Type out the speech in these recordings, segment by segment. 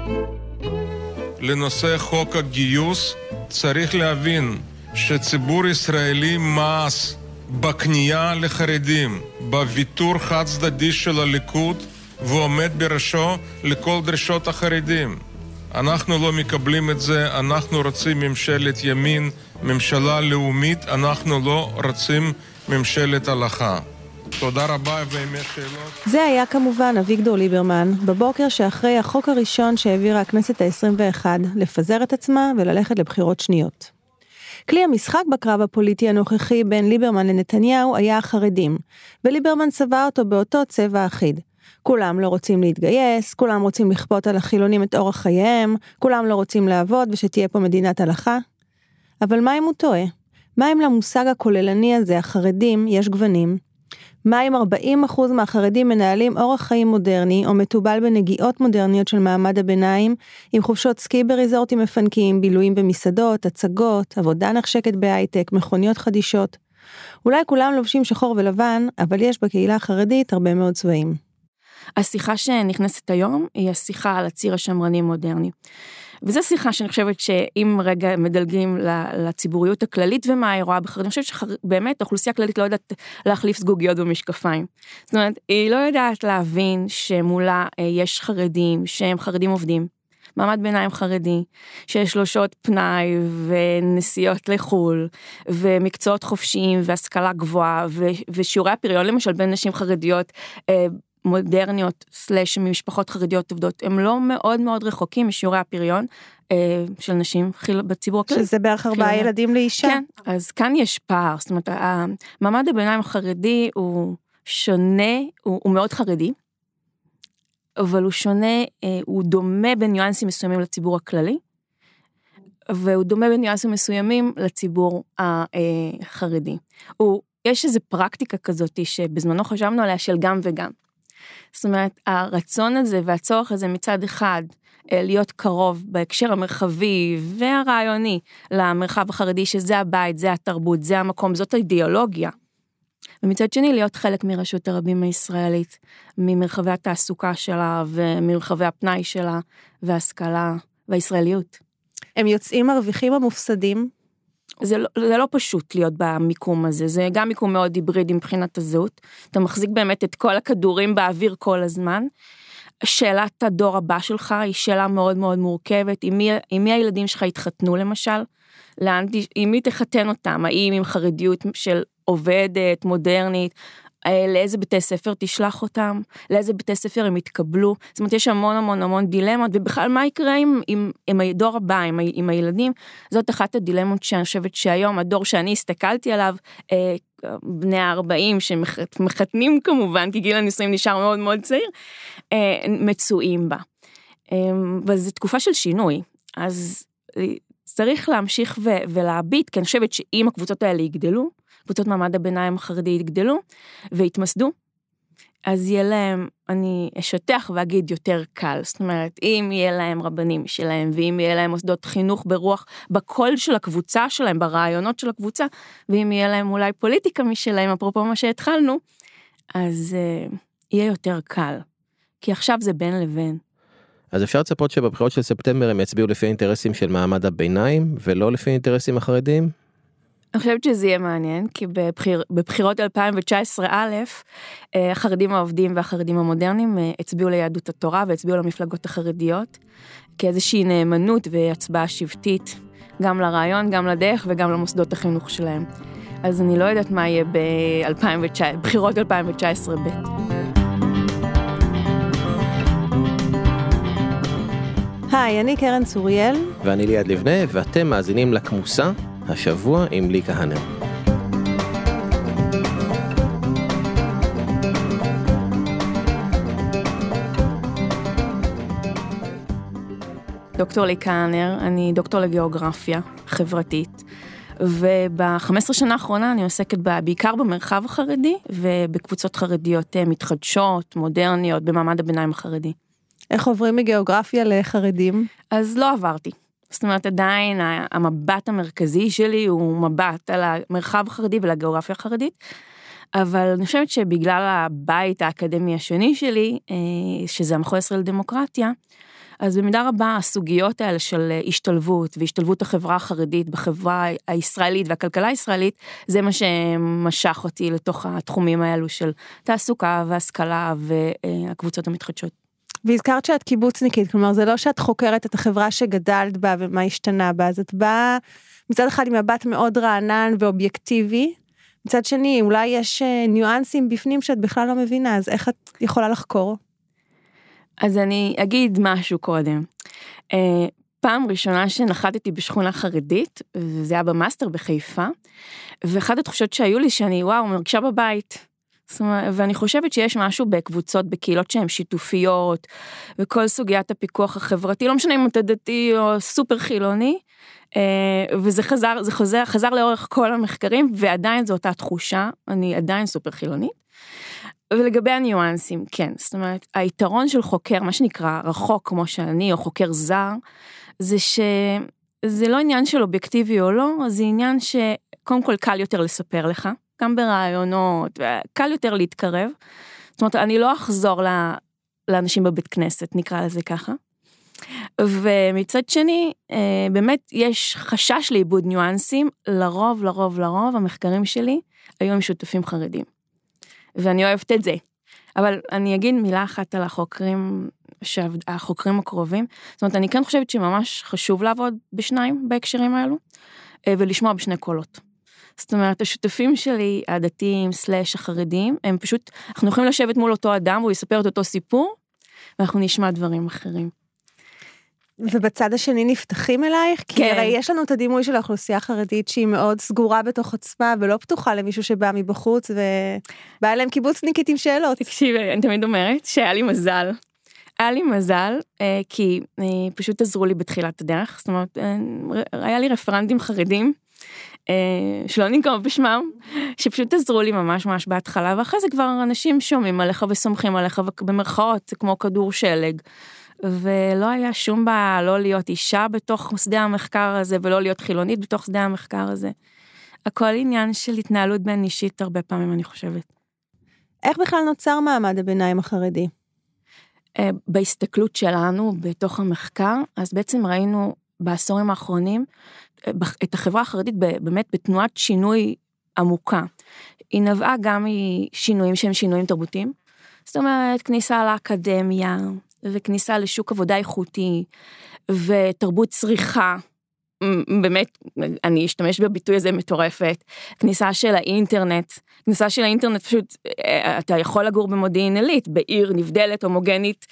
לנושא חוק הגיוס, צריך להבין שציבור ישראלי מאס בקנייה לחרדים, בוויתור חד צדדי של הליכוד, ועומד בראשו לכל דרישות החרדים. אנחנו לא מקבלים את זה, אנחנו רוצים ממשלת ימין, ממשלה לאומית, אנחנו לא רוצים ממשלת הלכה. תודה רבה, ואמת שאלות. זה היה כמובן אביגדור ליברמן, בבוקר שאחרי החוק הראשון שהעבירה הכנסת ה-21, לפזר את עצמה וללכת לבחירות שניות. כלי המשחק בקרב הפוליטי הנוכחי בין ליברמן לנתניהו היה החרדים, וליברמן צבע אותו באותו צבע אחיד. כולם לא רוצים להתגייס, כולם רוצים לכפות על החילונים את אורח חייהם, כולם לא רוצים לעבוד ושתהיה פה מדינת הלכה. אבל מה אם הוא טועה? מה אם למושג הכוללני הזה, החרדים, יש גוונים? מה אם 40% מהחרדים מנהלים אורח חיים מודרני, או מטובל בנגיעות מודרניות של מעמד הביניים, עם חופשות סקי בריזורטים מפנקים, בילויים במסעדות, הצגות, עבודה נחשקת בהייטק, מכוניות חדישות? אולי כולם לובשים שחור ולבן, אבל יש בקהילה החרדית הרבה מאוד צבעים. השיחה שנכנסת היום היא השיחה על הציר השמרני מודרני. וזו שיחה שאני חושבת שאם רגע מדלגים לציבוריות הכללית ומה היא רואה בחרדים, אני חושבת שבאמת האוכלוסייה הכללית לא יודעת להחליף סגוגיות במשקפיים. זאת אומרת, היא לא יודעת להבין שמולה יש חרדים, שהם חרדים עובדים, מעמד ביניים חרדי, שיש לו שעות פנאי ונסיעות לחול, ומקצועות חופשיים והשכלה גבוהה, ושיעורי הפריון למשל בין נשים חרדיות מודרניות סלש ממשפחות חרדיות עובדות, הם לא מאוד מאוד רחוקים משיעורי הפריון של נשים בציבור הכללי. שזה בערך 4 ילדים לאישה. כן, אז כאן יש פער, זאת אומרת, המעמד הביניים החרדי הוא שונה, הוא מאוד חרדי, אבל הוא שונה, הוא דומה בניואנסים מסוימים לציבור הכללי, והוא דומה בניואנסים מסוימים לציבור החרדי. יש איזו פרקטיקה כזאת שבזמנו חשבנו עליה של גם וגם. זאת אומרת, הרצון הזה והצורך הזה מצד אחד להיות קרוב בהקשר המרחבי והרעיוני למרחב החרדי, שזה הבית, זה התרבות, זה המקום, זאת האידיאולוגיה. ומצד שני להיות חלק מרשות הרבים הישראלית, ממרחבי התעסוקה שלה ומרחבי הפנאי שלה וההשכלה והישראליות. הם יוצאים מרוויחים המופסדים? זה לא פשוט להיות במיקום הזה, זה גם מיקום מאוד היברידי מבחינת הזהות, אתה מחזיק באמת את כל הכדורים באוויר כל הזמן, שאלת הדור הבא שלך היא שאלה מאוד מאוד מורכבת, עם מי הילדים שלך התחתנו למשל, עם מי תחתן אותם, האם עם חרדיות של עובדת, מודרנית, לאיזה בתי ספר תשלח אותם, לאיזה בתי ספר הם יתקבלו, זאת אומרת יש המון המון המון דילמות, ובכלל מה יקרה עם הדור הבא, עם הילדים, זאת אחת הדילמות שאני חושבת שהיום, הדור שאני הסתכלתי עליו, בני ה-40 שמחתנים כמובן, כי גיל הנישואים נשאר מאוד מאוד צעיר, מצויים בה. וזו תקופה של שינוי, אז צריך להמשיך ולהביט, כי אני חושבת שאם הקבוצות האלה יגדלו, קבוצות מעמד הביניים החרדי יגדלו והתמסדו, אז יהיה להם, אני אשטח ואגיד יותר קל, זאת אומרת, אם יהיה להם רבנים שלהם, ואם יהיה להם מוסדות חינוך ברוח, בקול של הקבוצה שלהם, ברעיונות של הקבוצה, ואם יהיה להם אולי פוליטיקה משלהם, אפרופו מה שהתחלנו, אז יהיה יותר קל, כי עכשיו זה בין לבין. אז אפשר לצפות שבבחירות של ספטמבר הם יצביעו לפי אינטרסים של מעמד הביניים, ולא לפי אינטרסים החרדיים? אני חושבת שזה יהיה מעניין, כי בבחירות 2019 החרדים העובדים והחרדים המודרניים הצביעו ליהדות התורה והצביעו למפלגות החרדיות, כאיזושהי נאמנות והצבעה שבטית, גם לרעיון, גם לדרך וגם למוסדות החינוך שלהם. אז אני לא יודעת מה יהיה בבחירות 2019 ב'. היי, אני קרן צוריאל. ואני ליעד לבנה, ואתם מאזינים לכמוסה, השבוע עם לי כהנר. דוקטור לי כהנר, אני דוקטור לגיאוגרפיה חברתית, וב-15 שנה האחרונה אני עוסקת בעיקר במרחב החרדי, ובקבוצות חרדיות מתחדשות, מודרניות, במעמד הביניים החרדי. איך עוברים מגיאוגרפיה לחרדים? אז לא עברתי. זאת אומרת, עדיין המבט המרכזי שלי הוא מבט על המרחב החרדי ולגיאוגרפיה החרדית, אבל אני חושבת שבגלל הבית האקדמי השני שלי, שזה המכון הישראלי לדמוקרטיה, אז במידה רבה הסוגיות האלה של השתלבות והשתלבות החברה החרדית בחברה הישראלית והכלכלה הישראלית, זה מה שמשך אותי לתוך התחומים האלו של תעסוקה והשכלה והקבוצות המתחדשות. והזכרת שאת קיבוצניקית, כלומר זה לא שאת חוקרת את החברה שגדלת בה ומה השתנה בה, אז את באה מצד אחד עם מבט מאוד רענן ואובייקטיבי, מצד שני אולי יש ניואנסים בפנים שאת בכלל לא מבינה, אז איך את יכולה לחקור? אז אני אגיד משהו קודם. פעם ראשונה שנחתתי בשכונה חרדית, זה היה במאסטר בחיפה, ואחת התחושות שהיו לי שאני מרגישה בבית, ואני חושבת שיש משהו בקבוצות, בקהילות שהן שיתופיות, וכל סוגיית הפיקוח החברתי, לא משנה אם אתה דתי או סופר חילוני, וזה חזר לאורך כל המחקרים, ועדיין זו אותה תחושה, אני עדיין סופר חילונית, ולגבי הניואנסים, כן, זאת אומרת, היתרון של חוקר, מה שנקרא רחוק כמו שאני, או חוקר זר, זה שזה לא עניין של אובייקטיבי או לא, זה עניין שקודם כל קל יותר לספר לך, גם ברעיונות, וקל יותר להתקרב, זאת אומרת, אני לא אחזור לאנשים בבית כנסת, נקרא לזה ככה, ומצד שני, באמת יש חשש לאיבוד ניואנסים, לרוב המחקרים שלי היו עם שותפים חרדים. ואני אוהבת את זה. אבל אני אגיד מילה אחת על החוקרים הקרובים. זאת אומרת, אני כן חושבת שממש חשוב לעבוד בשניים בהקשרים האלו, ולשמוע בשני קולות. זאת אומרת, השותפים שלי, הדתיים / החרדים, הם פשוט, אנחנו יכולים לשבת מול אותו אדם, והוא יספר את אותו סיפור, ואנחנו נשמע דברים אחרים. ובצד השני נפתחים אלייך? כי הרי יש לנו את הדימוי של האוכלוסייה החרדית שהיא מאוד סגורה בתוך עצמה, ולא פתוחה למישהו שבא מבחוץ, ובא אליהם קיבוצניקית עם שאלות. תקשיבי, אני תמיד אומרת שהיה לי מזל. היה לי מזל, כי פשוט עזרו לי בתחילת הדרך, זאת אומרת, היה לי רפרנטים חרדים, שלא ננקוב בשמם, שפשוט עזרו לי ממש בהתחלה, ואחרי זה כבר אנשים שומעים עליך וסומכים עליך, במרכאות, זה כמו כדור שלג. ולא היה שום בעיה לא להיות אישה בתוך שדה המחקר הזה, ולא להיות חילונית בתוך שדה המחקר הזה. הכל עניין של התנהלות בין אישית הרבה פעמים, אני חושבת. איך בכלל נוצר מעמד הביניים החרדי? בהסתכלות שלנו בתוך המחקר, אז בעצם ראינו בעשורים האחרונים, את החברה החרדית באמת בתנועת שינוי עמוקה. היא נבעה גם משינויים שהם שינויים תרבותיים, זאת אומרת, כניסה לאקדמיה, וכניסה לשוק עבודה איכותי, ותרבות צריכה, באמת, אני אשתמש בביטוי הזה מטורפת, כניסה של האינטרנט, פשוט, אתה יכול לגור במודיעין עילית, בעיר נבדלת, הומוגנית,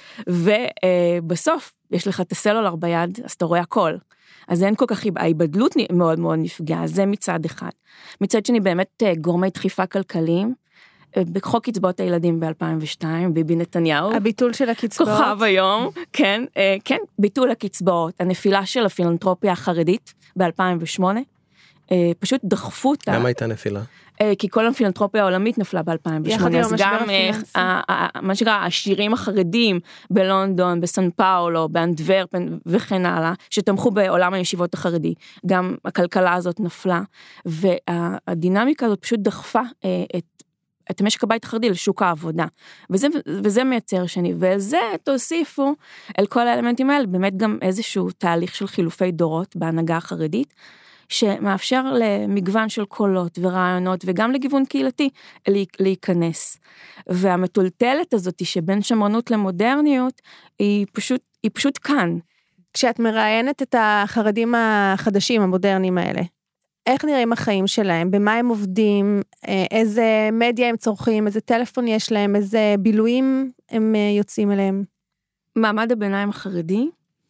ובסוף, יש לך את הסלולר ביד, אז אתה רואה הכל. אז אין כל כך, ההיבדלות מאוד מאוד נפגעה, זה מצד אחד. מצד שני, באמת גורמי דחיפה כלכליים, בחוק קצבאות הילדים ב-2002, ביבי נתניהו. הביטול של הקצבאות. כוכב היום, כן, ביטול הקצבאות, הנפילה של הפילנטרופיה החרדית ב-2008, פשוט דחפו אותה. למה הייתה נפילה? כי כל הפילנטרופיה העולמית נפלה ב-2008, אז גם מה שנקרא, השירים החרדים בלונדון, בסן פאולו, באנטוורפן וכן הלאה, שתמכו בעולם הישיבות החרדי, גם הכלכלה הזאת נפלה, והדינמיקה הזאת פשוט דחפה את המשק הבית החרדי לשוק העבודה, וזה מייצר שני, וזה תוסיפו אל כל האלמנטים האלה, באמת גם איזשהו תהליך של חילופי דורות בהנהגה החרדית, שמאפשר למגוון של קולות ורעיונות, וגם לגיוון קהילתי להיכנס. והמטולטלת הזאת שבין שמרנות למודרניות, היא פשוט כאן. כשאת מראיינת את החרדים החדשים, המודרניים האלה, איך נראים החיים שלהם, במה הם עובדים, איזה מדיה הם צורכים, איזה טלפון יש להם, איזה בילויים הם יוצאים אליהם? מעמד הביניים החרדי,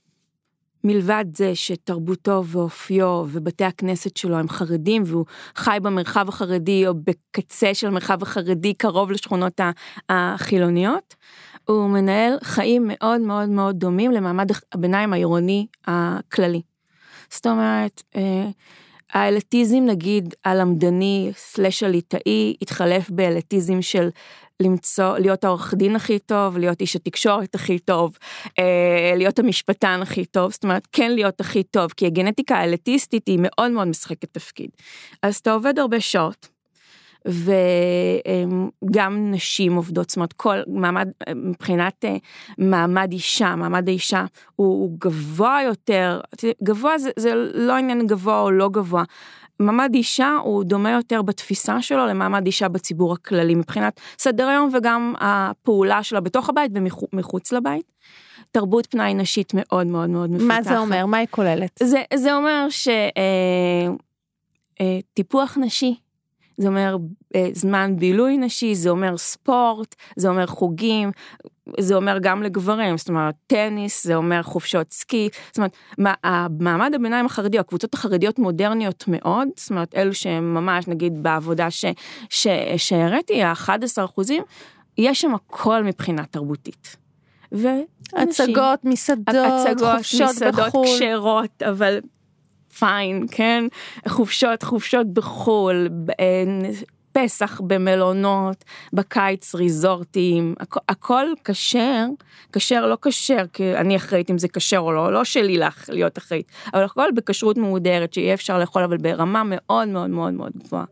מלבד זה שתרבותו ואופיו ובתי הכנסת שלו הם חרדים, והוא חי במרחב החרדי או בקצה של המרחב החרדי, קרוב לשכונות החילוניות, הוא מנהל חיים מאוד מאוד מאוד דומים למעמד הביניים העירוני הכללי. זאת אומרת, האלטיזם נגיד הלמדני / הליטאי התחלף באלטיזם של להיות העורך דין הכי טוב, להיות איש התקשורת הכי טוב, להיות המשפטן הכי טוב, זאת אומרת כן להיות הכי טוב, כי הגנטיקה האליטיסטית היא מאוד מאוד משחקת תפקיד. אז אתה עובד הרבה שעות, וגם נשים עובדות, זאת אומרת, כל מעמד, מבחינת מעמד אישה, מעמד האישה הוא גבוה יותר, גבוה זה לא עניין גבוה או לא גבוה, מעמד אישה הוא דומה יותר בתפיסה שלו למעמד אישה בציבור הכללי, מבחינת סדר היום וגם הפעולה שלה בתוך הבית ומחוץ לבית. תרבות פנאי נשית מאוד מאוד מאוד מפותחת. מה זה אומר? מה היא כוללת? זה אומר טיפוח נשי, זה אומר זמן בילוי נשי, זה אומר ספורט, זה אומר חוגים, זה אומר גם לגברים, זאת אומרת טניס, זה אומר חופשות סקי, זאת אומרת, המעמד הביניים החרדי, הקבוצות החרדיות מודרניות מאוד, זאת אומרת, אלו שממש נגיד בעבודה שהראיתי, 11%, יש שם הכל מבחינה תרבותית. הצגות, מסעדות, חופשות בחול. קשרות, אבל פיין, כן? חופשות בחול, פסח במלונות, בקיץ ריזורטים, הכל כשר, כשר לא כשר, כי אני אחראית אם זה כשר או לא, לא שלי לך להיות אחראית, אבל הכל בכשרות מהודרת, שיהיה אפשר לאכול, אבל ברמה מאוד מאוד מאוד מאוד גבוהה.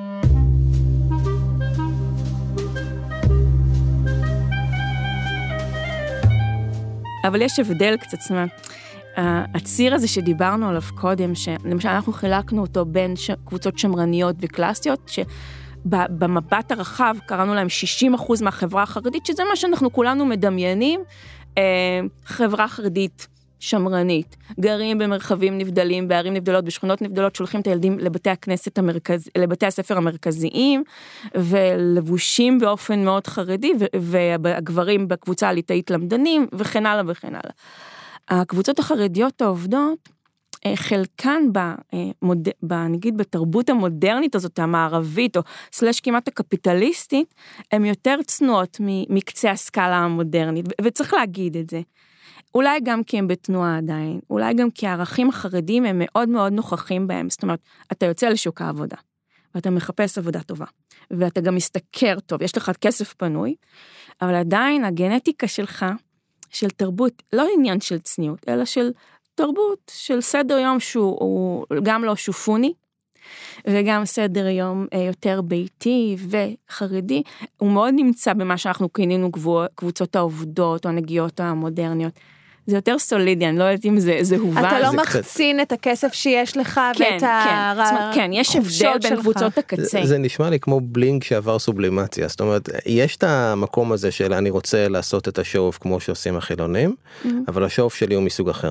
אבל יש הבדל קצת, זאת אומרת, הציר הזה שדיברנו עליו קודם, שלמשל אנחנו חילקנו אותו בין קבוצות שמרניות וקלאסיות, שבמבט הרחב קראנו להם 60% מהחברה החרדית, שזה מה שאנחנו כולנו מדמיינים, חברה חרדית שמרנית, גרים במרחבים נבדלים, בערים נבדלות, בשכונות נבדלות, שולחים את הילדים לבתי הספר המרכזיים, ולבושים באופן מאוד חרדי, והגברים בקבוצה הליטאית למדנים, וכן הלאה וכן הלאה. הקבוצות החרדיות העובדות, חלקן נגיד בתרבות המודרנית הזאת, המערבית, או סלש כמעט הקפיטליסטית, הן יותר צנועות מקצה הסקאלה המודרנית, וצריך להגיד את זה. אולי גם כי הם בתנועה עדיין, אולי גם כי הערכים החרדים הם מאוד מאוד נוכחים בהם, זאת אומרת, אתה יוצא לשוק העבודה, ואתה מחפש עבודה טובה, ואתה גם מסתכר טוב, יש לך כסף פנוי, אבל עדיין הגנטיקה שלך, של תרבות, לא עניין של צניעות, אלא של תרבות, של סדר יום שהוא גם לא שופוני, וגם סדר יום יותר ביתי וחרדי, הוא מאוד נמצא במה שאנחנו קיינינו קבוצות העובדות, או הנגיעות המודרניות. זה יותר סולידי, אני לא יודעת אם זה הובן. אתה לא מחצין את הכסף שיש לך, ואת כן, יש הבדל בין קבוצות הקצה. זה נשמע לי כמו בלינק שעבר סובלימציה, זאת אומרת, יש את המקום הזה של אני רוצה לעשות את השואוף כמו שעושים החילונים, אבל השואוף שלי הוא מסוג אחר.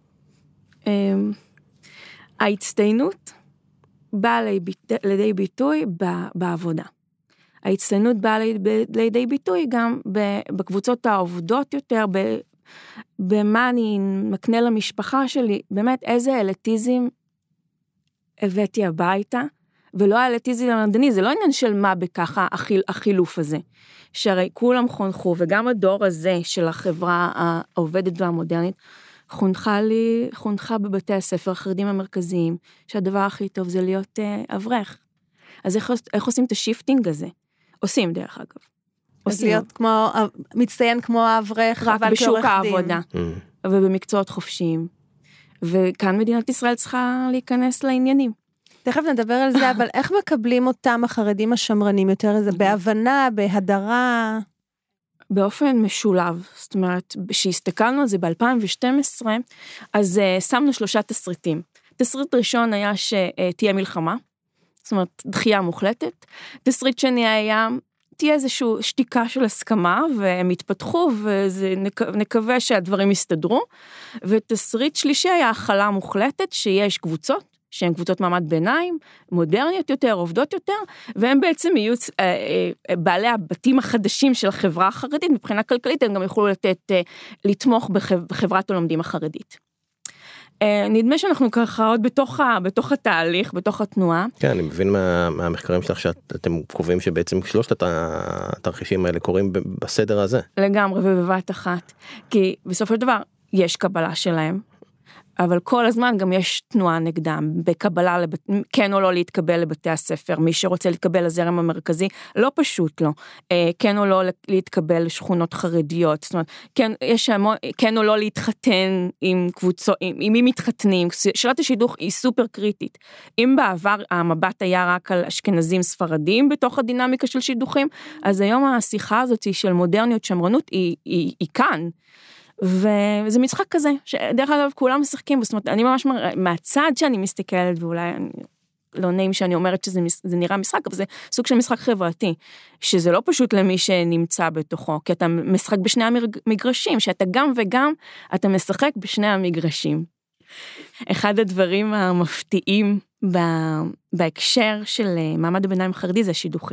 ההצטיינות באה לידי ביטוי בעבודה. ההצטיינות באה לידי ביטוי גם בקבוצות העובדות יותר, במה אני מקנה למשפחה שלי, באמת איזה אלטיזם הבאתי הביתה, ולא האלטיזם המדעני, זה לא עניין של מה בככה החילוף הזה, שהרי כולם חונכו, וגם הדור הזה של החברה העובדת והמודרנית, חונכה בבתי הספר החרדים המרכזיים, שהדבר הכי טוב זה להיות אברך. אז איך עושים את השיפטינג הזה? עושים דרך אגב. אז להיות כמו, מצטיין כמו האברך, רק בשוק העבודה, ובמקצועות חופשיים. וכאן מדינת ישראל צריכה להיכנס לעניינים. תכף נדבר על זה, אבל איך מקבלים אותם החרדים השמרנים יותר? זה בהבנה, בהדרה? באופן משולב, זאת אומרת, שהסתכלנו על זה ב-2012, אז שמנו 3 תסריטים. תסריט ראשון היה שתהיה מלחמה, זאת אומרת, דחייה מוחלטת. תסריט שני היה, תהיה איזושהי שתיקה של הסכמה, והם יתפתחו, ונקווה שהדברים יסתדרו. ותסריט שלישי היה הכלה מוחלטת, שיש קבוצות, שהן קבוצות מעמד ביניים, מודרניות יותר, עובדות יותר, והם בעצם יהיו בעלי הבתים החדשים של החברה החרדית, מבחינה כלכלית הם גם יוכלו לתמוך בחברת הלומדים החרדית. נדמה שאנחנו ככה עוד בתוך התהליך, בתוך התנועה. כן, אני מבין מהמחקרים שלך שאתם קובעים שבעצם 3 התרחישים האלה קורים בסדר הזה. לגמרי ובבת אחת, כי בסופו של דבר יש קבלה שלהם, אבל כל הזמן גם יש תנועה נגדם, בקבלה, כן או לא להתקבל לבתי הספר, מי שרוצה להתקבל לזרם המרכזי, לא פשוט לא, כן או לא להתקבל לשכונות חרדיות, זאת אומרת, כן או לא להתחתן עם קבוצות, עם מי מתחתנים, שאלת השידוך היא סופר קריטית, אם בעבר המבט היה רק על אשכנזים ספרדים בתוך הדינמיקה של שידוכים, אז היום השיחה הזאת של מודרניות שמרנות היא כאן, וזה משחק כזה, שדרך אגב כולם משחקים, זאת אומרת, אני ממש מהצד שאני מסתכלת, ואולי לא נעים שאני אומרת שזה נראה משחק, אבל זה סוג של משחק חברתי, שזה לא פשוט למי שנמצא בתוכו, כי אתה משחק בשני המגרשים, שאתה גם וגם, אתה משחק בשני המגרשים. אחד הדברים המפתיעים בהקשר של מעמד הביניים החרדי, זה השידוכים.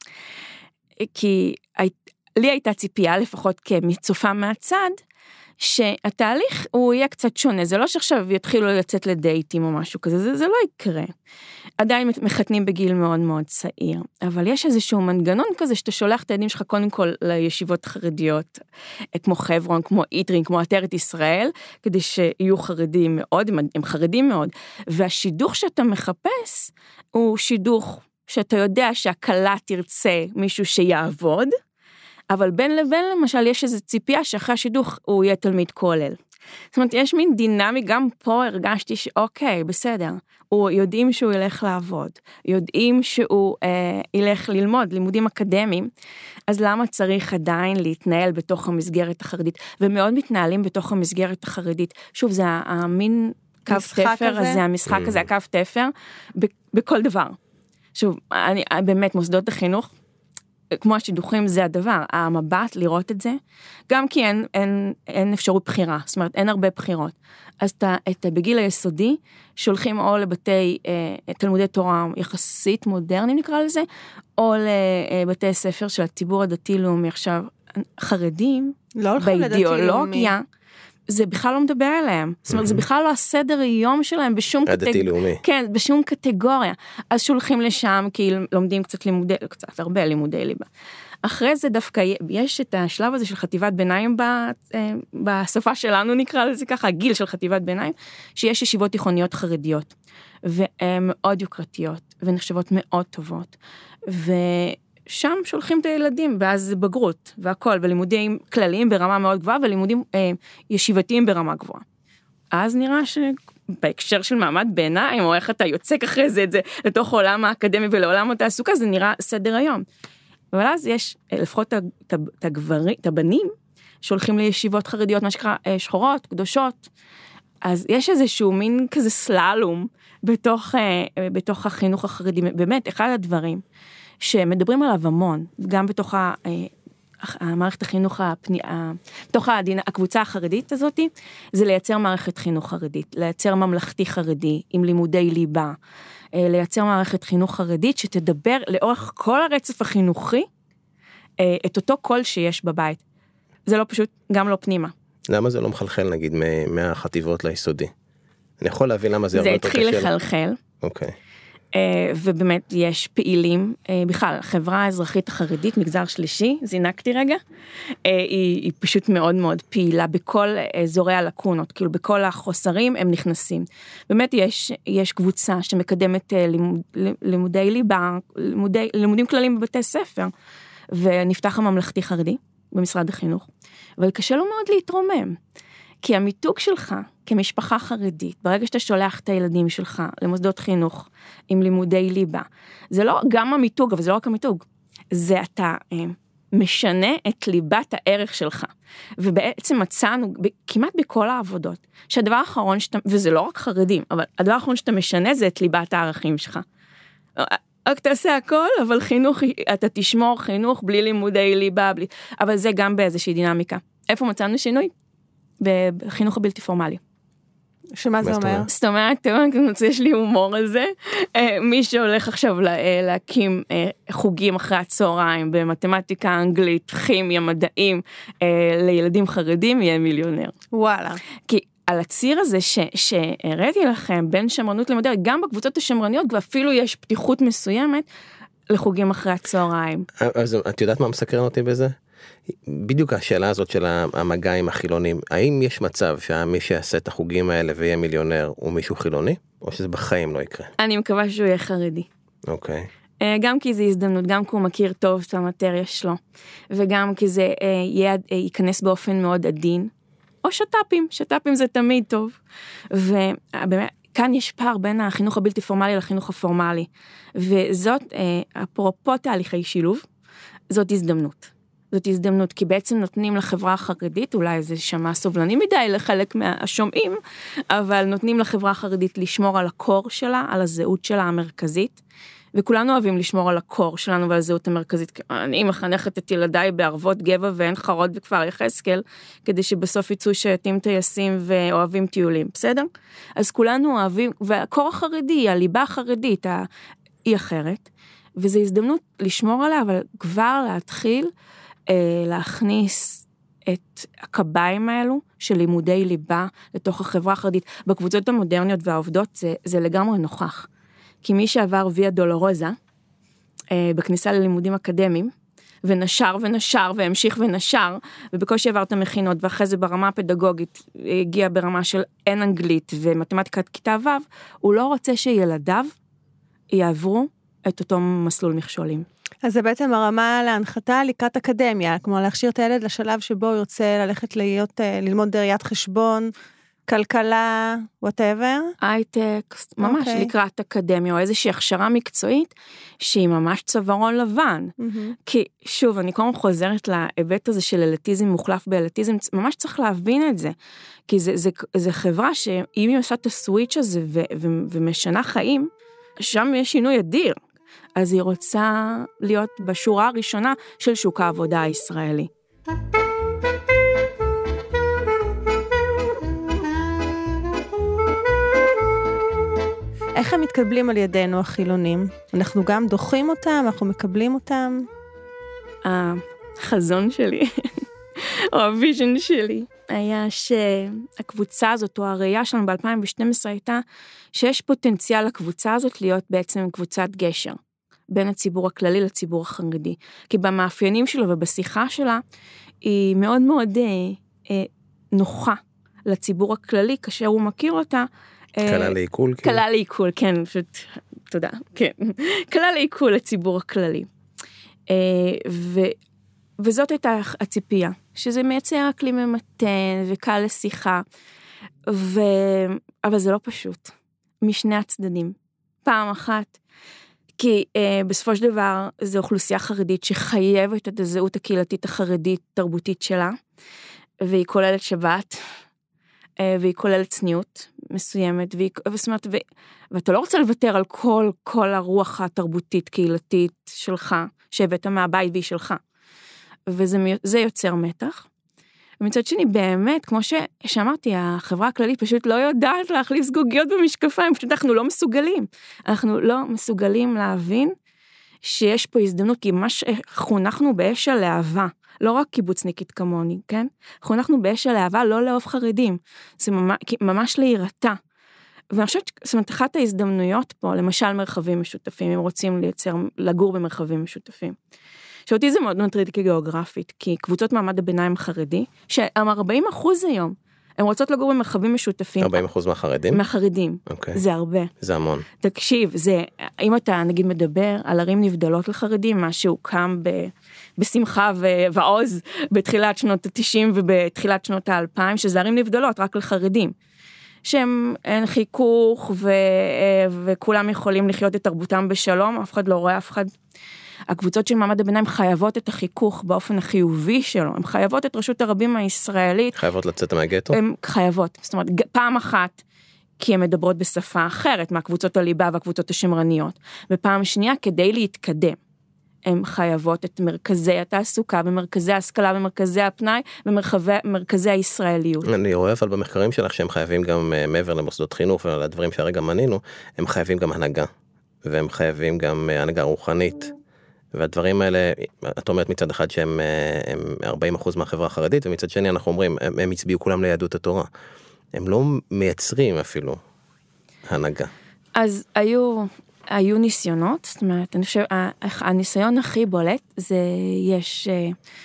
כי לי הייתה ציפייה, לפחות כמצופה מהצד, שהתהליך הוא יהיה קצת שונה, זה לא שעכשיו יתחילו לצאת לדייטים או משהו כזה, זה לא יקרה. עדיין מחתנים בגיל מאוד מאוד צעיר, אבל יש איזשהו מנגנון כזה, שאתה שולח את הילדים שלך קודם כל לישיבות חרדיות, כמו חברון, כמו איטרין, כמו עטרת ישראל, כדי שיהיו חרדים מאוד, הם חרדים מאוד, והשידוך שאתה מחפש, הוא שידוך שאתה יודע שהקלה תרצה מישהו שיעבוד, אבל בין לבין למשל יש איזו ציפייה שאחרי השידוך הוא יהיה תלמיד כולל. זאת אומרת, יש מין דינמי, גם פה הרגשתי שאוקיי, בסדר, יודעים שהוא ילך לעבוד, יודעים שהוא ילך ללמוד לימודים אקדמיים, אז למה צריך עדיין להתנהל בתוך המסגרת החרדית, ומאוד מתנהלים בתוך המסגרת החרדית, שוב, זה המין קו תפר הזה, המשחק הזה, הקו תפר, בכל דבר. שוב, באמת מוסדות החינוך, כמו השידוכים זה הדבר, המבט לראות את זה, גם כי אין אפשרות בחירה, זאת אומרת אין הרבה בחירות, אז את בגיל היסודי שולחים או לבתי תלמודי תורה יחסית מודרניים נקרא לזה, או לבתי ספר של הציבור הדתי-לאומי עכשיו, חרדים, לא באידיאולוגיה, זה בכלל לא מדבר אליהם, זאת אומרת, זה בכלל לא הסדר היום שלהם בשום כן, בשום קטגוריה, אז שולחים לשם, כי לומדים קצת הרבה לימודי ליבה. אחרי זה דווקא יש את השלב הזה של חטיבת ביניים, בשפה שלנו נקרא לזה ככה, הגיל של חטיבת ביניים, שיש ישיבות תיכוניות חרדיות, והן מאוד יוקרתיות, ונחשבות מאוד טובות, שם שולחים את הילדים, ואז זה בגרות, והכל, ולימודים כלליים ברמה מאוד גבוהה, ולימודים ישיבתיים ברמה גבוהה. אז נראה שבהקשר של מעמד ביניים, או איך אתה יוצק אחרי זה, את זה לתוך עולם האקדמי ולעולם התעסוקה, זה נראה סדר היום. אבל אז יש, לפחות את הבנים, שהולכים לישיבות חרדיות, מה שקרה, שחורות, קדושות, אז יש איזשהו מין כזה סללום, בתוך החינוך החרדי, באמת, אחד הדברים, שמדברים עליו המון, גם בתוך המערכת החינוך בתוך הקבוצה החרדית הזאת, זה לייצר מערכת חינוך חרדית, לייצר ממלכתי חרדי, עם לימודי ליבה, לייצר מערכת חינוך חרדית, שתדבר לאורך כל הרצף החינוכי, את אותו קול שיש בבית. זה לא פשוט, גם לא פנימה. למה זה לא מחלחל, נגיד, מהחטיבות ליסודי? אני יכול להבין למה זה הרבה יותר קשה. זה התחיל לחלחל. אוקיי. ובאמת יש פעילים, בכלל, חברה האזרחית החרדית, מגזר שלישי, זינקתי רגע, היא פשוט מאוד מאוד פעילה בכל אזורי הלקונות, כאילו בכל החוסרים הם נכנסים. באמת יש קבוצה שמקדמת לימודי ליבה, לימודים כלליים בבתי ספר, ונפתח הממלכתי חרדי במשרד החינוך, אבל קשה לו מאוד להתרומם. כי המיתוג שלך, כמשפחה חרדית, ברגע שאתה שולח את הילדים שלך למוסדות חינוך עם לימודי ליבה, זה לא גם המיתוג, אבל זה לא רק המיתוג, זה אתה משנה את ליבת הערך שלך. ובעצם מצאנו כמעט בכל העבודות, שהדבר האחרון שאתה, וזה לא רק חרדים, אבל הדבר האחרון שאתה משנה זה את ליבת הערכים שלך. רק תעשה הכל, אבל חינוך, אתה תשמור חינוך בלי לימודי ליבה, אבל זה גם באיזושהי דינמיקה. איפה מצאנו שינוי? בחינוך הבלתי פורמלי. שמה זה אומר? זאת אומרת, יש לי הומור על זה, מי שהולך עכשיו להקים חוגים אחרי הצהריים, במתמטיקה, אנגלית, כימיה, מדעים, לילדים חרדים, יהיה מיליונר. וואלה. כי על הציר הזה שהראיתי לכם, בין שמרנות למודרניות, גם בקבוצות השמרניות, ואפילו יש פתיחות מסוימת, לחוגים אחרי הצהריים. אז את יודעת מה מסקרן אותי בזה? בדיוק השאלה הזאת של המגע עם החילונים, האם יש מצב שמי שיעשה את החוגים האלה ויהיה מיליונר הוא מישהו חילוני, או שזה בחיים לא יקרה? אני מקווה שהוא יהיה חרדי. אוקיי. גם כי זה הזדמנות, גם כי הוא מכיר טוב את המטריה שלו, וגם כי זה ייכנס באופן מאוד עדין, או שטאפים זה תמיד טוב. ובאמת, כאן יש פער בין החינוך הבלתי פורמלי לחינוך הפורמלי, וזאת, אפרופו תהליכי שילוב, זאת הזדמנות, כי בעצם נותנים לחברה החרדית, אולי זה שמע סובלני מדי לחלק מהשומעים, אבל נותנים לחברה החרדית לשמור על הקור שלה, על הזהות שלה המרכזית, וכולנו אוהבים לשמור על הקור שלנו ועל הזהות המרכזית. אני מחנכת את ילדיי בערבות גבע ואין חרוד וכפר יחזקאל, כדי שבסוף יצאו שייטים טייסים ואוהבים טיולים, בסדר? אז כולנו אוהבים, והקור החרדי, הליבה החרדית, היא אחרת, וזו הזדמנות לשמור עליה, אבל כבר להתחיל להכניס את הקביים האלו של לימודי ליבה לתוך החברה החרדית. בקבוצות המודרניות והעובדות זה לגמרי נוכח. כי מי שעבר ויה דולורוזה, בכניסה ללימודים אקדמיים, ונשר והמשיך ונשר, ובקושי עבר את המכינות, ואחרי זה ברמה הפדגוגית, הגיע ברמה של אין אנגלית ומתמטיקת כיתה ו', הוא לא רוצה שילדיו יעברו את אותו מסלול מכשולים. אז זה בעצם הרמה להנחתה לקראת אקדמיה, כמו להכשיר את הילד לשלב שבו הוא ירצה ללכת ללמוד ראיית חשבון, כלכלה, whatever. הייטק, ממש לקראת אקדמיה, או איזושהי הכשרה מקצועית, שהיא ממש צווארון לבן. כי שוב, אני קודם חוזרת להיבט הזה של אליטיזם מוחלף באליטיזם, ממש צריך להבין את זה. כי זה חברה שאם היא עושה את הסוויץ' הזה ומשנה חיים, שם יש שינוי אדיר. אז היא רוצה להיות בשורה הראשונה של שוק העבודה הישראלי. איך הם מתקבלים על ידינו החילונים? אנחנו גם דוחים אותם, אנחנו מקבלים אותם? החזון שלי, או הוויז'ן שלי, היה שהקבוצה הזאת, או הראייה שלנו ב-2012 הייתה, שיש פוטנציאל לקבוצה הזאת להיות בעצם קבוצת גשר, בין הציבור הכללי לציבור החרדי. כי במאפיינים שלו ובשיחה שלה, היא מאוד מאוד נוחה לציבור הכללי, כאשר הוא מכיר אותה, קלה לעיכול? קלה לעיכול, כן, תודה, כן. קלה לעיכול לציבור הכללי. וזאת הייתה הציפייה, שזה מייצר אקלים ממתן וקל לשיחה, אבל זה לא פשוט, משני הצדדים. פעם אחת, כי בסופו של דבר, זו אוכלוסייה חרדית שחייבת את הזהות הקהילתית החרדית תרבותית שלה, והיא כוללת שבת, והיא כוללת צניעות מסוימת, ואתה לא רוצה לוותר על כל הרוח התרבותית קהילתית שלך, שהבאת מהבית והיא שלך. וזה יוצר מתח. ומצד שני, באמת, כמו שאמרתי, החברה הכללית פשוט לא יודעת להחליף זגוגיות במשקפיים, פשוט אנחנו לא מסוגלים. אנחנו לא מסוגלים להבין שיש פה הזדמנות, כי מה שחונכנו באש הלהבה, לא רק קיבוצניקית כמוני, כן? חונכנו באש הלהבה לא לאהוב חרדים, זה ממש להירתע. ואני חושבת, זאת אומרת, אחת ההזדמנויות פה, למשל מרחבים משותפים, אם רוצים לגור במרחבים משותפים. שאותי זה מאוד מטריד כגיאוגרפית, כי קבוצות מעמד הביניים החרדי, שהם 40% היום, הם רוצות לגור במרחבים משותפים. 40% מהחרדים? מהחרדים. אוקיי. זה הרבה. זה המון. תקשיב, אם אתה נגיד מדבר על ערים נבדלות לחרדים, מה שהוקם בשמחה ועוז בתחילת שנות ה-90 ובתחילת שנות ה-2000, שזה ערים נבדלות רק לחרדים. שהם אין חיכוך וכולם יכולים לחיות את תרבותם בשלום, אף אחד לא רואה אף אחד. הקבוצות של מעמד הביניים חייבות את החיכוך באופן החיובי שלו, הן חייבות את רשות הרבים הישראלית. חייבות לצאת מהגטו? הן חייבות, זאת אומרת, פעם אחת, כי הן מדברות בשפה אחרת, מהקבוצות הליבה והקבוצות השמרניות, ופעם שנייה, כדי להתקדם. הן חייבות את מרכזי התעסוקה, במרכזי ההשכלה, במרכזי הפנאי, במרכזי הישראליות. אני רואה אבל במחקרים שלך שהם חייבים גם מעבר למוסדות חינוך ולדברים שהרגע מנינו, הם חייבים גם הנהגה, והם חייבים גם הנהגה רוחנית. והדברים האלה, את אומרת מצד אחד שהם 40% מהחברה החרדית, ומצד שני אנחנו אומרים, הם הצביעו כולם ליהדות התורה. הם לא מייצרים אפילו הנהגה. אז היו ניסיונות, זאת אומרת, אני חושב, הניסיון הכי בולט, זה יש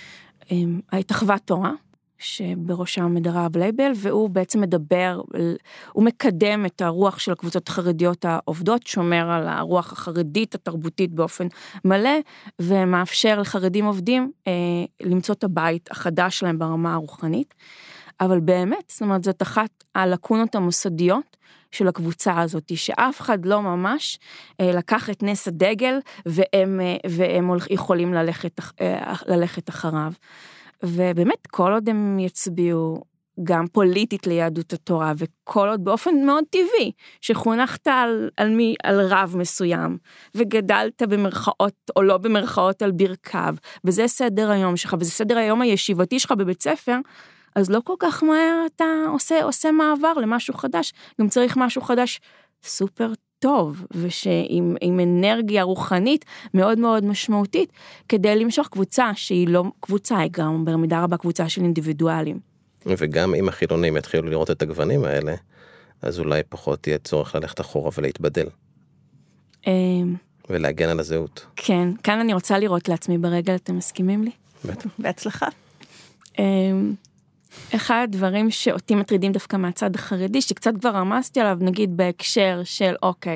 את אחוות תורה, שבראשה עומד הרב לייבל, והוא בעצם מדבר, הוא מקדם את הרוח של הקבוצות החרדיות העובדות, שומר על הרוח החרדית התרבותית באופן מלא, ומאפשר לחרדים עובדים למצוא את הבית החדש שלהם ברמה הרוחנית, אבל באמת, זאת אומרת, זאת אחת הלקונות המוסדיות של הקבוצה הזאת, שאף אחד לא ממש לקח את נס הדגל, והם יכולים ללכת אחריו. ובאמת, כל עוד הם יצביעו גם פוליטית ליהדות התורה, וכל עוד באופן מאוד טבעי, שחונכת על רב מסוים, וגדלת במרכאות או לא במרכאות על ברכיו, וזה סדר היום שלך, וזה סדר היום הישיבתי שלך בבית ספר, אז לא כל כך מהר אתה עושה מעבר למשהו חדש, גם צריך משהו חדש סופר טוב, ושעם אנרגיה רוחנית מאוד מאוד משמעותית, כדי למשוך קבוצה שהיא לא קבוצה, היא גם במידה רבה קבוצה של אינדיבידואלים. וגם אם החילונים יתחילו לראות את הגוונים האלה, אז אולי פחות תהיה צורך ללכת אחורה ולהתבדל. ולהגן על הזהות. כן, כאן אני רוצה לראות לעצמי ברגע, אתם מסכימים לי? בטח. בהצלחה. אחד הדברים שאותי מטרידים דווקא מהצד החרדי, שקצת כבר רמזתי עליו, נגיד בהקשר של, אוקיי,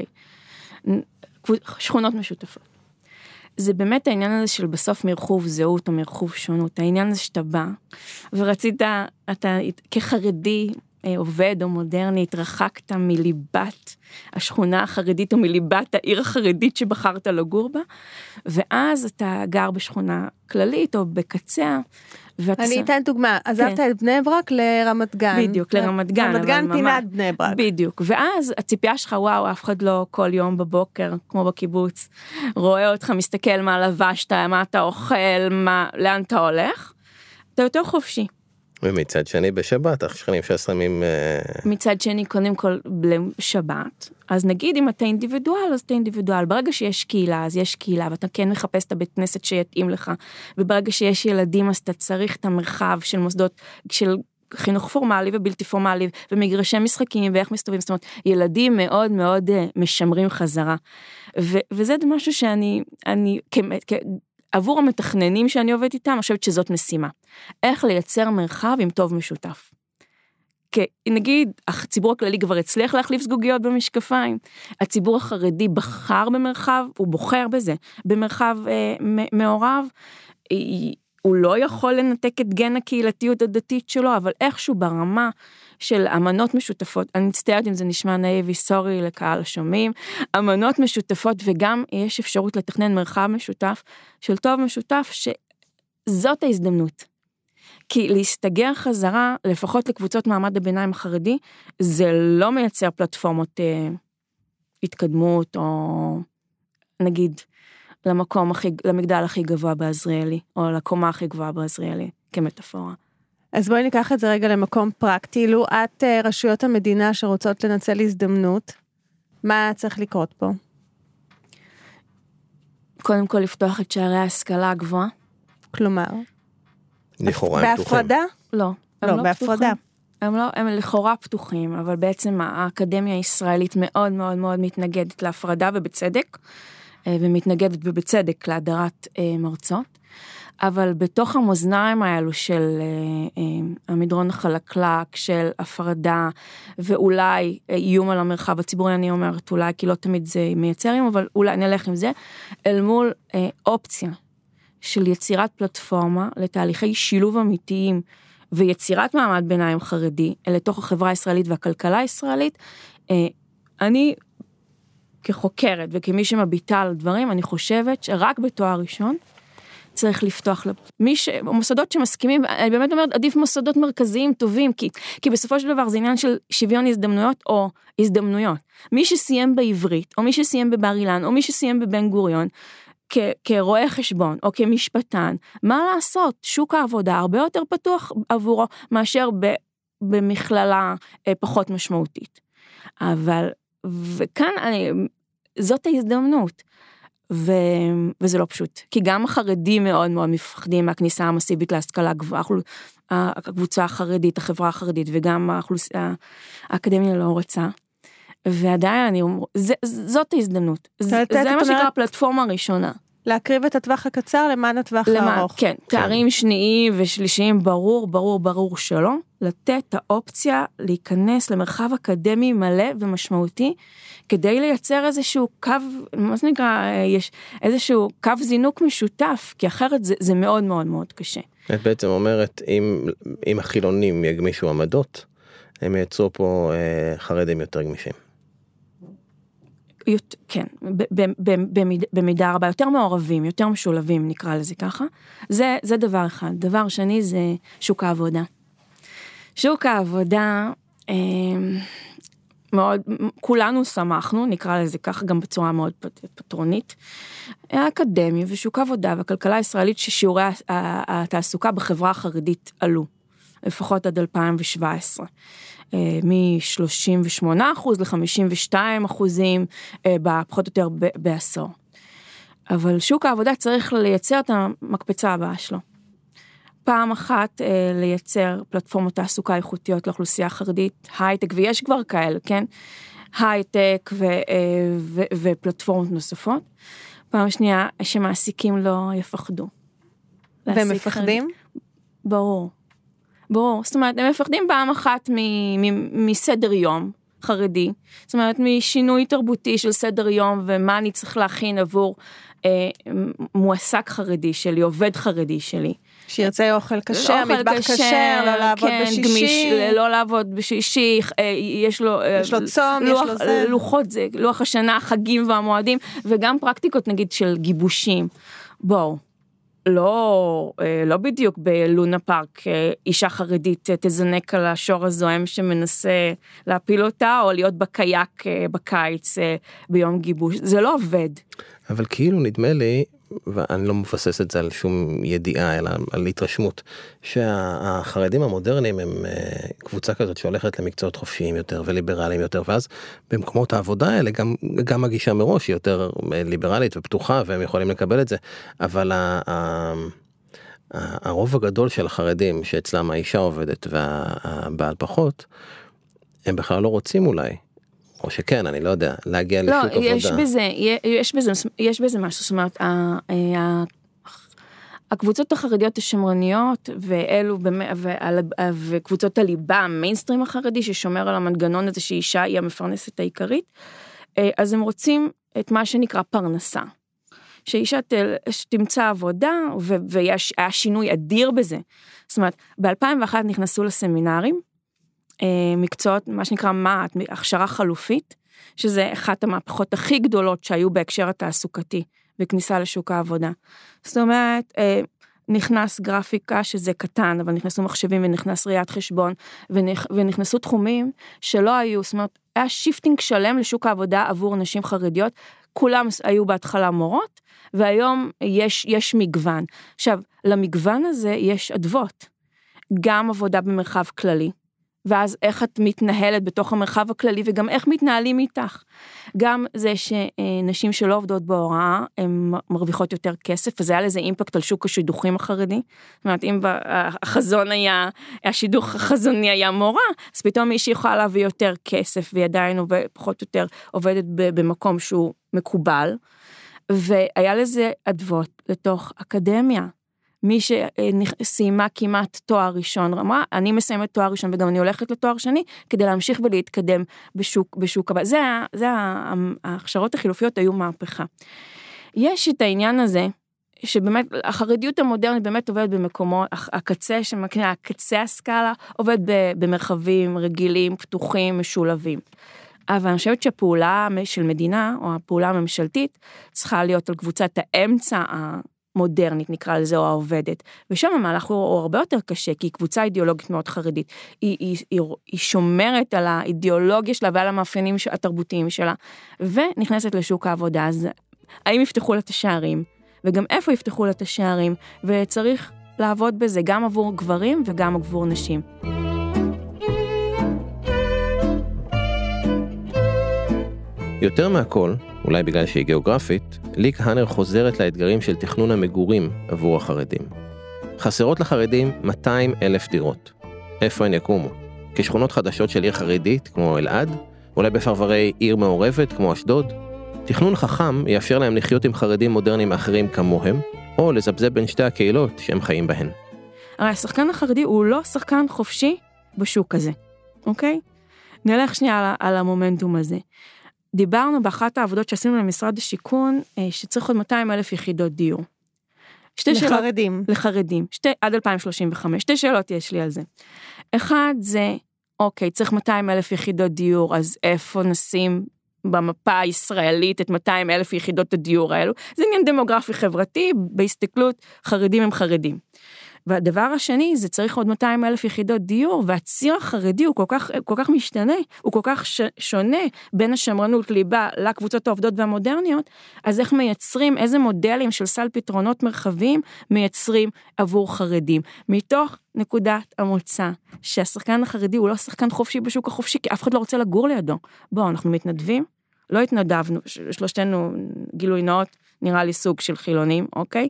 שכונות משותפות. זה באמת העניין הזה של בסוף מרחוב זהות או מרחוב שונות, העניין הזה שאתה בא, ורצית, אתה כחרדי עובד או מודרני, התרחקת מליבת השכונה החרדית או מליבת העיר החרדית שבחרת לגור בה, ואז אתה גר בשכונה כללית או בקצה, אני אתן דוגמה, עזבת את בני ברק לרמת גן. בדיוק, לרמת גן. רמת גן פינת בני ברק. בדיוק, ואז הציפייה שלך, וואו, אף אחד לא כל יום בבוקר, כמו בקיבוץ, רואה אותך, מסתכל מה לבשת, מה אתה אוכל, לאן אתה הולך, אתה יותר חופשי. ומצד שני בשבת, השכנים שהשמים... מצד שני, קודם כל, בשבת, אז נגיד אם אתה אינדיבידואל, אז אתה אינדיבידואל. ברגע שיש קהילה, אז יש קהילה, ואתה כן מחפש את הבית כנסת שיתאים לך, וברגע שיש ילדים, אז אתה צריך את המרחב של מוסדות, של חינוך פורמלי ובלתי פורמלי, ומגרשי משחקים, ואיך מסתובבים, זאת אומרת, ילדים מאוד מאוד משמרים חזרה. וזה משהו שאני עבור המתכננים שאני עובדת איתם, אני חושבת שזאת משימה. איך לייצר מרחב עם טוב משותף. כי נגיד, הציבור הכללי כבר הצליח להחליף זגוגיות במשקפיים. הציבור החרדי בחר במרחב, הוא בוחר בזה. במרחב מעורב, הוא לא יכול לנתק את גן הקהילתיות הדתית שלו, אבל איכשהו ברמה של אמנות משותפות, אני מצטערת אם זה נשמע נאיבי, סורי לקהל השומעים, אמנות משותפות, וגם יש אפשרות לתכנן מרחב משותף, של טוב משותף, שזאת ההזדמנות. כי להסתגר חזרה, לפחות לקבוצות מעמד הביניים החרדי, זה לא מייצר פלטפורמות התקדמות, או נגיד, למגדל הכי גבוה בעזריאלי, או לקומה הכי גבוהה בעזריאלי, כמטאפורה. אז בואי ניקח את זה רגע למקום פרקטי, לו את רשויות המדינה שרוצות לנצל הזדמנות, מה צריך לקרות פה? קודם כל לפתוח את שערי ההשכלה הגבוהה. כלומר? לכאורה הם פתוחים. בהפרדה? לא. לא, בהפרדה. הם לכאורה פתוחים, אבל בעצם האקדמיה הישראלית מאוד מאוד מאוד מתנגדת להפרדה ובצדק, ומתנגדת ובצדק להדרת מרצות, אבל בתוך המאזניים האלו של המדרון החלקלק, של הפרדה, ואולי איום על המרחב הציבורי, אני אומרת אולי, כי לא תמיד זה מייצר איום, אבל אולי נלך עם זה, אל מול אופציה של יצירת פלטפורמה לתהליכי שילוב אמיתיים, ויצירת מעמד ביניים חרדי, לתוך החברה הישראלית והכלכלה הישראלית, אני כחוקרת וכמי שמביטה על דברים, אני חושבת שרק בתואר ראשון, צריך לפתוח מוסדות שמסכימים, אני באמת אומרת, עדיף מוסדות מרכזיים טובים, כי בסופו של דבר זה עניין של שוויון הזדמנויות או הזדמנויות. מי שסיים בעברית, או מי שסיים בבר אילן, או מי שסיים בבן גוריון, כרואה חשבון, או כמשפטן, מה לעשות? שוק העבודה הרבה יותר פתוח עבורו, מאשר במכללה פחות משמעותית. אבל, וכאן זאת ההזדמנות. וזה לא פשוט, כי גם החרדים מאוד מאוד מפחדים מהכניסה המסיבית להשכלה גבוהה, הקבוצה החרדית, החברה החרדית, וגם האקדמיה לא רוצה, ועדיין זאת ההזדמנות, זה מה שנקרא הפלטפורמה הראשונה. להקריב את הטווח הקצר למען הטווח הארוך. כן, תארים שניים ושלישיים ברור שלא, לתת את האופציה להיכנס למרחב אקדמי מלא ומשמעותי, כדי לייצר איזשהו קו, מה זה נקרא, יש איזשהו קו זינוק משותף, כי אחרת זה מאוד מאוד מאוד קשה. את בעצם אומרת, אם החילונים יגמישו עמדות, הם ייצרו פה חרדים יותר גמישים. כן, במידה רבה, יותר מעורבים, יותר משולבים, נקרא לזה ככה. זה דבר אחד. דבר שני זה שוק העבודה. שוק העבודה, מאוד, כולנו שמחנו, נקרא לזה ככה, גם בצורה מאוד פטרונית, האקדמיה ושוק העבודה והכלכלה הישראלית ששיעורי התעסוקה בחברה החרדית עלו, לפחות עד 2017. מ-38% ל-52% בפחות או יותר בעשור. אבל שוק העבודה צריך לייצר את המקפצה הבאה שלו. פעם אחת לייצר פלטפורמות תעסוקה איכותיות לאוכלוסייה החרדית, הייטק, ויש כבר כאלה, כן? הייטק ופלטפורמות נוספות. פעם שנייה, שמעסיקים לא יפחדו. והם מפחדים? ברור. זאת אומרת, הם מפחדים פעם אחת מסדר יום חרדי, זאת אומרת, משינוי תרבותי של סדר יום, ומה אני צריך להכין עבור מועסק חרדי שלי, עובד חרדי שלי. שירצה אוכל כשר, מטבח כשר, לא לעבוד בשישי. לא לעבוד בשישי, יש לו צום, יש לו זה. לוחות זה, לוח השנה, החגים והמועדים, וגם פרקטיקות נגיד של גיבושים. בואו. לא בדיוק בלונה פארק, אישה חרדית תזנק על השור הזוהם שמנסה להפיל אותה, או להיות בקייק בקיץ ביום גיבוש, זה לא עובד. אבל כאילו נדמה לי, ואני לא מבסס את זה על שום ידיעה, אלא על התרשמות, שהחרדים המודרניים הם קבוצה כזאת שהולכת למקצועות חופשיים יותר וליברליים יותר, ואז במקומות העבודה האלה גם הגישה מראש היא יותר ליברלית ופתוחה, והם יכולים לקבל את זה, אבל הרוב הגדול של החרדים שאצלם האישה עובדת והבעל פחות, הם בכלל לא רוצים אולי, או שכן, אני לא יודע, להגיע לשוק עבודה. יש בזה משהו, זאת אומרת, הקבוצות החרדיות השמרניות, וקבוצות הליבה, המיינסטרים החרדי, ששומר על המנגנון הזה שאישה היא המפרנסת העיקרית, אז הם רוצים את מה שנקרא פרנסה. שאישה תמצא עבודה, והיה שינוי אדיר בזה. זאת אומרת, ב-2001 נכנסו לסמינרים, מקצועות, מה שנקרא מה"ט, הכשרה חלופית, שזה אחת המהפכות הכי גדולות שהיו בהקשר התעסוקתי, בכניסה לשוק העבודה. זאת אומרת, נכנס גרפיקה שזה קטן, אבל נכנסו מחשבים ונכנס ראיית חשבון, ונכנסו תחומים שלא היו, זאת אומרת, היה שיפטינג שלם לשוק העבודה עבור נשים חרדיות, כולם היו בהתחלה מורות, והיום יש מגוון. עכשיו, למגוון הזה יש אדוות, גם עבודה במרחב כללי, ואז איך את מתנהלת בתוך המרחב הכללי, וגם איך מתנהלים איתך. גם זה שנשים שלא עובדות בהוראה, הן מרוויחות יותר כסף, וזה היה לזה אימפקט על שוק השידוכים החרדי. זאת אומרת, אם החזון היה, השידוך החזוני היה מורה, אז פתאום מישהי יכולה להביא יותר כסף, והיא עדיין פחות או יותר עובדת במקום שהוא מקובל, והיה לזה אדוות לתוך אקדמיה. מי שסיימה כמעט תואר ראשון, אמרה, אני מסיימת תואר ראשון, וגם אני הולכת לתואר שני, כדי להמשיך ולהתקדם בשוק הבא. זה ההכשרות החילופיות היו מהפכה. יש את העניין הזה, שבאמת, החרדיות המודרנית באמת עובדת במקומות, הקצה שמקנה, הקצה הסקאלה, עובד במרחבים רגילים, פתוחים, משולבים. אבל אני חושבת שהפעולה של מדינה, או הפעולה הממשלתית, צריכה להיות על קבוצת האמצע מודרנית נקרא לזה, או העובדת, ושם המהלך הוא הרבה יותר קשה, כי היא קבוצה אידיאולוגית מאוד חרדית, היא שומרת על האידיאולוגיה שלה, ועל המאפיינים התרבותיים שלה, ונכנסת לשוק העבודה, אז האם יפתחו לה את השערים, וגם איפה יפתחו לה את השערים, וצריך לעבוד בזה, גם עבור גברים, וגם עבור נשים. יותר מהכל, אולי בגלל שהיא גיאוגרפית, ליק הנר חוזרת לאתגרים של תכנון המגורים עבור החרדים. חסרות לחרדים 200,000 דירות. איפה הן יקומו? כשכונות חדשות של עיר חרדית, כמו אלעד, אולי בפרברי עיר מעורבת, כמו אשדוד? תכנון חכם יאפשר להם לחיות עם חרדים מודרניים אחרים כמוהם, או לזבזב בין שתי הקהילות שהם חיים בהן. הרי השחקן החרדי הוא לא שחקן חופשי בשוק הזה, אוקיי? נלך שנייה על המומנטום הזה. דיברנו באחת העבודות שעשינו למשרד השיכון, שצריך עוד 200,000 יחידות דיור. לחרדים. לחרדים, עד 2035. שתי שאלות יש לי על זה. אחד זה, אוקיי, צריך 200,000 יחידות דיור, אז איפה נשים במפה הישראלית את 200,000 יחידות הדיור האלו? זה עניין דמוגרפי חברתי, בהסתכלות חרדים הם חרדים. והדבר השני, זה צריך עוד 200,000 יחידות דיור, והציר החרדי הוא כל כך משתנה, הוא כל כך שונה בין השמרנות ליבה לקבוצות העובדות והמודרניות, אז איך מייצרים, איזה מודלים של סל פתרונות מרחבים מייצרים עבור חרדים, מתוך נקודת המוצא, שהשחקן החרדי הוא לא שחקן חופשי בשוק החופשי, כי אף אחד לא רוצה לגור לידו. בואו, אנחנו מתנדבים, לא התנדבנו, שלושתנו גילוי נאות, נראה לי סוג של חילונים, אוקיי?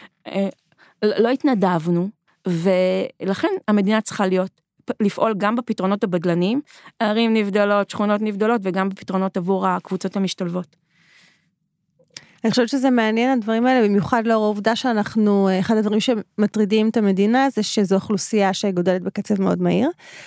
לא התנדבנו, ולכן המדינה צריכה לפעול גם בפתרונות הבדלניים, ערים נבדלות, שכונות נבדלות, וגם בפתרונות עבור הקבוצות המשתלבות. אני חושבת שזה מעניין הדברים האלה, במיוחד לאור העובדה שאנחנו, אחד הדברים שמטרידים את המדינה, זה שזו אוכלוסייה שגודלת בקצב מאוד מהיר,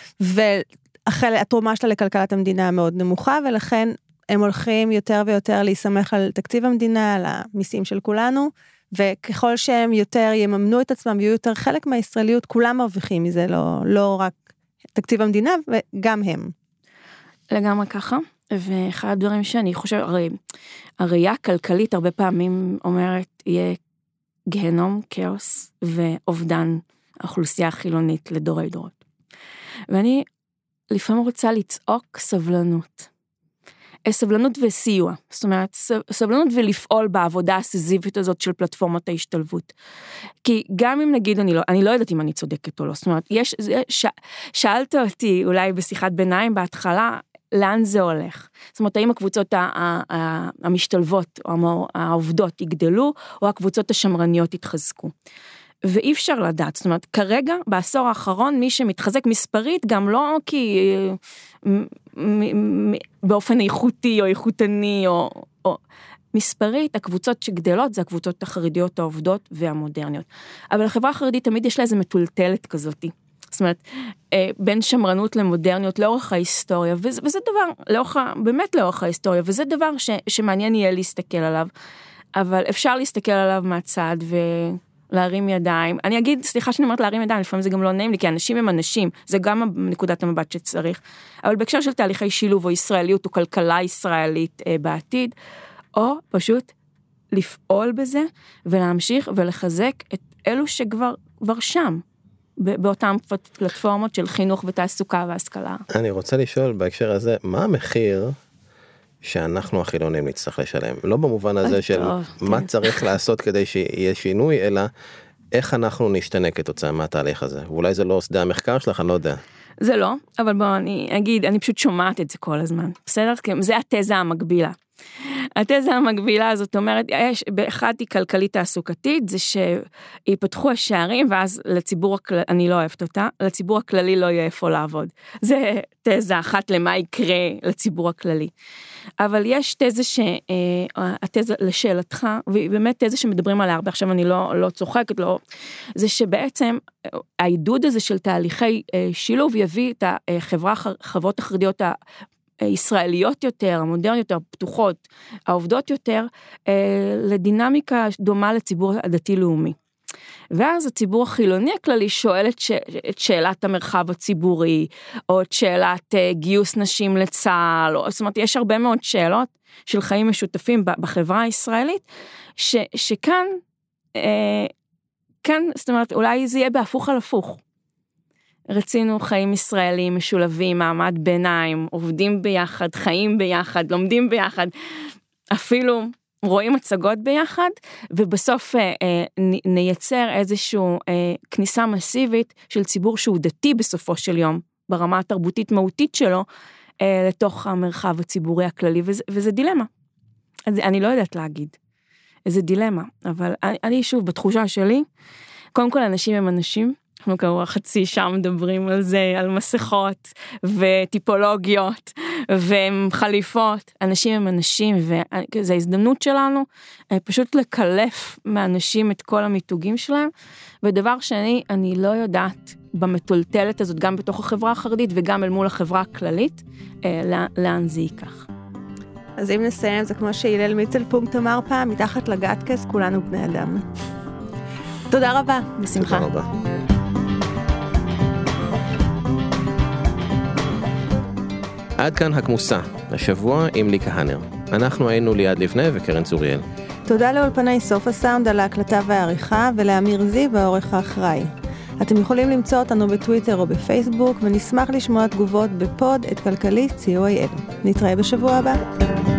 והתרומה שלה לכלכלת המדינה מאוד נמוכה, ולכן הם הולכים יותר ויותר להיסמך על תקציב המדינה, על המיסים של כולנו, וככל שהם יותר יממנו את עצמם, ויהיו יותר חלק מהישראליות, כולם מרוויחים מזה, לא רק תקציב המדינה, וגם הם. לגמרי ככה, ואחד הדברים שאני חושב, הראייה הכלכלית הרבה פעמים אומרת, יהיה גהנום, כאוס, ואובדן האוכלוסייה החילונית לדורי דורות. ואני לפעמים רוצה לצעוק סבלנות. סבלנות וסיוע, זאת אומרת, סבלנות ולפעול בעבודה הסיזיבית הזאת של פלטפורמות ההשתלבות. כי גם אם נגיד, אני לא יודעת אם אני צודקת או לא, זאת אומרת, שאלת אותי אולי בשיחת ביניים בהתחלה, לאן זה הולך? זאת אומרת, האם הקבוצות המשתלבות או העובדות יגדלו, או הקבוצות השמרניות יתחזקו? ואי אפשר לדעת, זאת אומרת, כרגע, בעשור האחרון, מי שמתחזק מספרית, גם לא כי באופן איכותי או איכותני, או מספרית, הקבוצות שגדלות, זה הקבוצות החרדיות, העובדות והמודרניות. אבל החברה החרדית תמיד יש לה איזה מטולטלת כזאת. זאת אומרת, בין שמרנות למודרניות לאורך ההיסטוריה, וזה דבר, באמת לאורך ההיסטוריה, וזה דבר שמעניין יהיה להסתכל עליו, אבל אפשר להסתכל עליו מהצד להרים ידיים. אני אגיד, סליחה שאני אומרת להרים ידיים, לפעמים זה גם לא נעים לי, כי אנשים הם אנשים, זה גם נקודת המבט שצריך. אבל בהקשר של תהליכי שילוב או ישראליות או כלכלה ישראלית בעתיד, או פשוט לפעול בזה ולהמשיך ולחזק את אלו שכבר שם, באותן פלטפורמות של חינוך ותעסוקה והשכלה. אני רוצה לשאול בהקשר הזה, מה המחיר שאנחנו החילונים נצטרך לשלם? לא במובן הזה של מה צריך לעשות כדי שיהיה שינוי, אלא איך אנחנו נשתנה כתוצאה מהתהליך הזה. ואולי זה לא שדה המחקר שלך, אני לא יודע. זה לא, אבל בוא אני אגיד, אני פשוט שומעת את זה כל הזמן. בסדר? זה התזה המקבילה. התזה המקבילה הזאת אומרת, באחת היא כלכלית תעסוקתית, זה שיפתחו השערים, ואז לציבור הכללי, אני לא אוהבת אותה, לציבור הכללי לא יהיה איפה לעבוד. זה תזה אחת למה יקרה לציבור הכללי. אבל יש תזה התזה לשאלתך, והיא באמת תזה שמדברים עליה הרבה, עכשיו אני לא צוחקת, זה שבעצם העידוד הזה של תהליכי שילוב יביא את החברות החרדיות הישראליות יותר, המודרניות יותר, הפתוחות, העובדות יותר, לדינמיקה דומה לציבור הדתי-לאומי. ואז הציבור החילוני הכללי שואל את שאלת המרחב הציבורי, או את שאלת גיוס נשים לצה"ל, זאת אומרת, יש הרבה מאוד שאלות של חיים משותפים בחברה הישראלית, שכאן, זאת אומרת, אולי זה יהיה בהפוך על הפוך. רצינו חיים ישראלים משולבים, מעמד ביניים, עובדים ביחד, חיים ביחד, לומדים ביחד, אפילו רואים הצגות ביחד, ובסוף נייצר איזשהו כניסה מסיבית של ציבור שהוא דתי בסופו של יום, ברמה התרבותית מהותית שלו, לתוך המרחב הציבורי הכללי, וזה דילמה. אז אני לא יודעת להגיד, איזה דילמה, אבל אני שוב, בתחושה שלי, קודם כל אנשים הם אנשים, אנחנו כמובן חצי שעה מדברים על זה, על מסכות וטיפולוגיות והם חליפות, אנשים הם אנשים, וזו ההזדמנות שלנו, פשוט לקלף מאנשים את כל המיתוגים שלהם, ודבר שני, אני לא יודעת, במטולטלת הזאת, גם בתוך החברה החרדית, וגם אל מול החברה הכללית, לאן זה ייקח. אז אם נסיים, זה כמו שהילל מיטלפונקט אמר פעם, מתחת לגטקס, כולנו בני אדם. תודה רבה. בשמחה. תודה רבה. עד כאן הכמוסה, השבוע עם ליקה הנר. אנחנו היינו ליעד לבנה וקרן צוריאל. תודה לאולפני סוף הסאונד על ההקלטה והעריכה, ולאמיר זיו העורך האחראי. אתם יכולים למצוא אותנו בטוויטר או בפייסבוק, ונשמח לשמוע תגובות בפוד@כלכליסט.co.il. נתראה בשבוע הבא.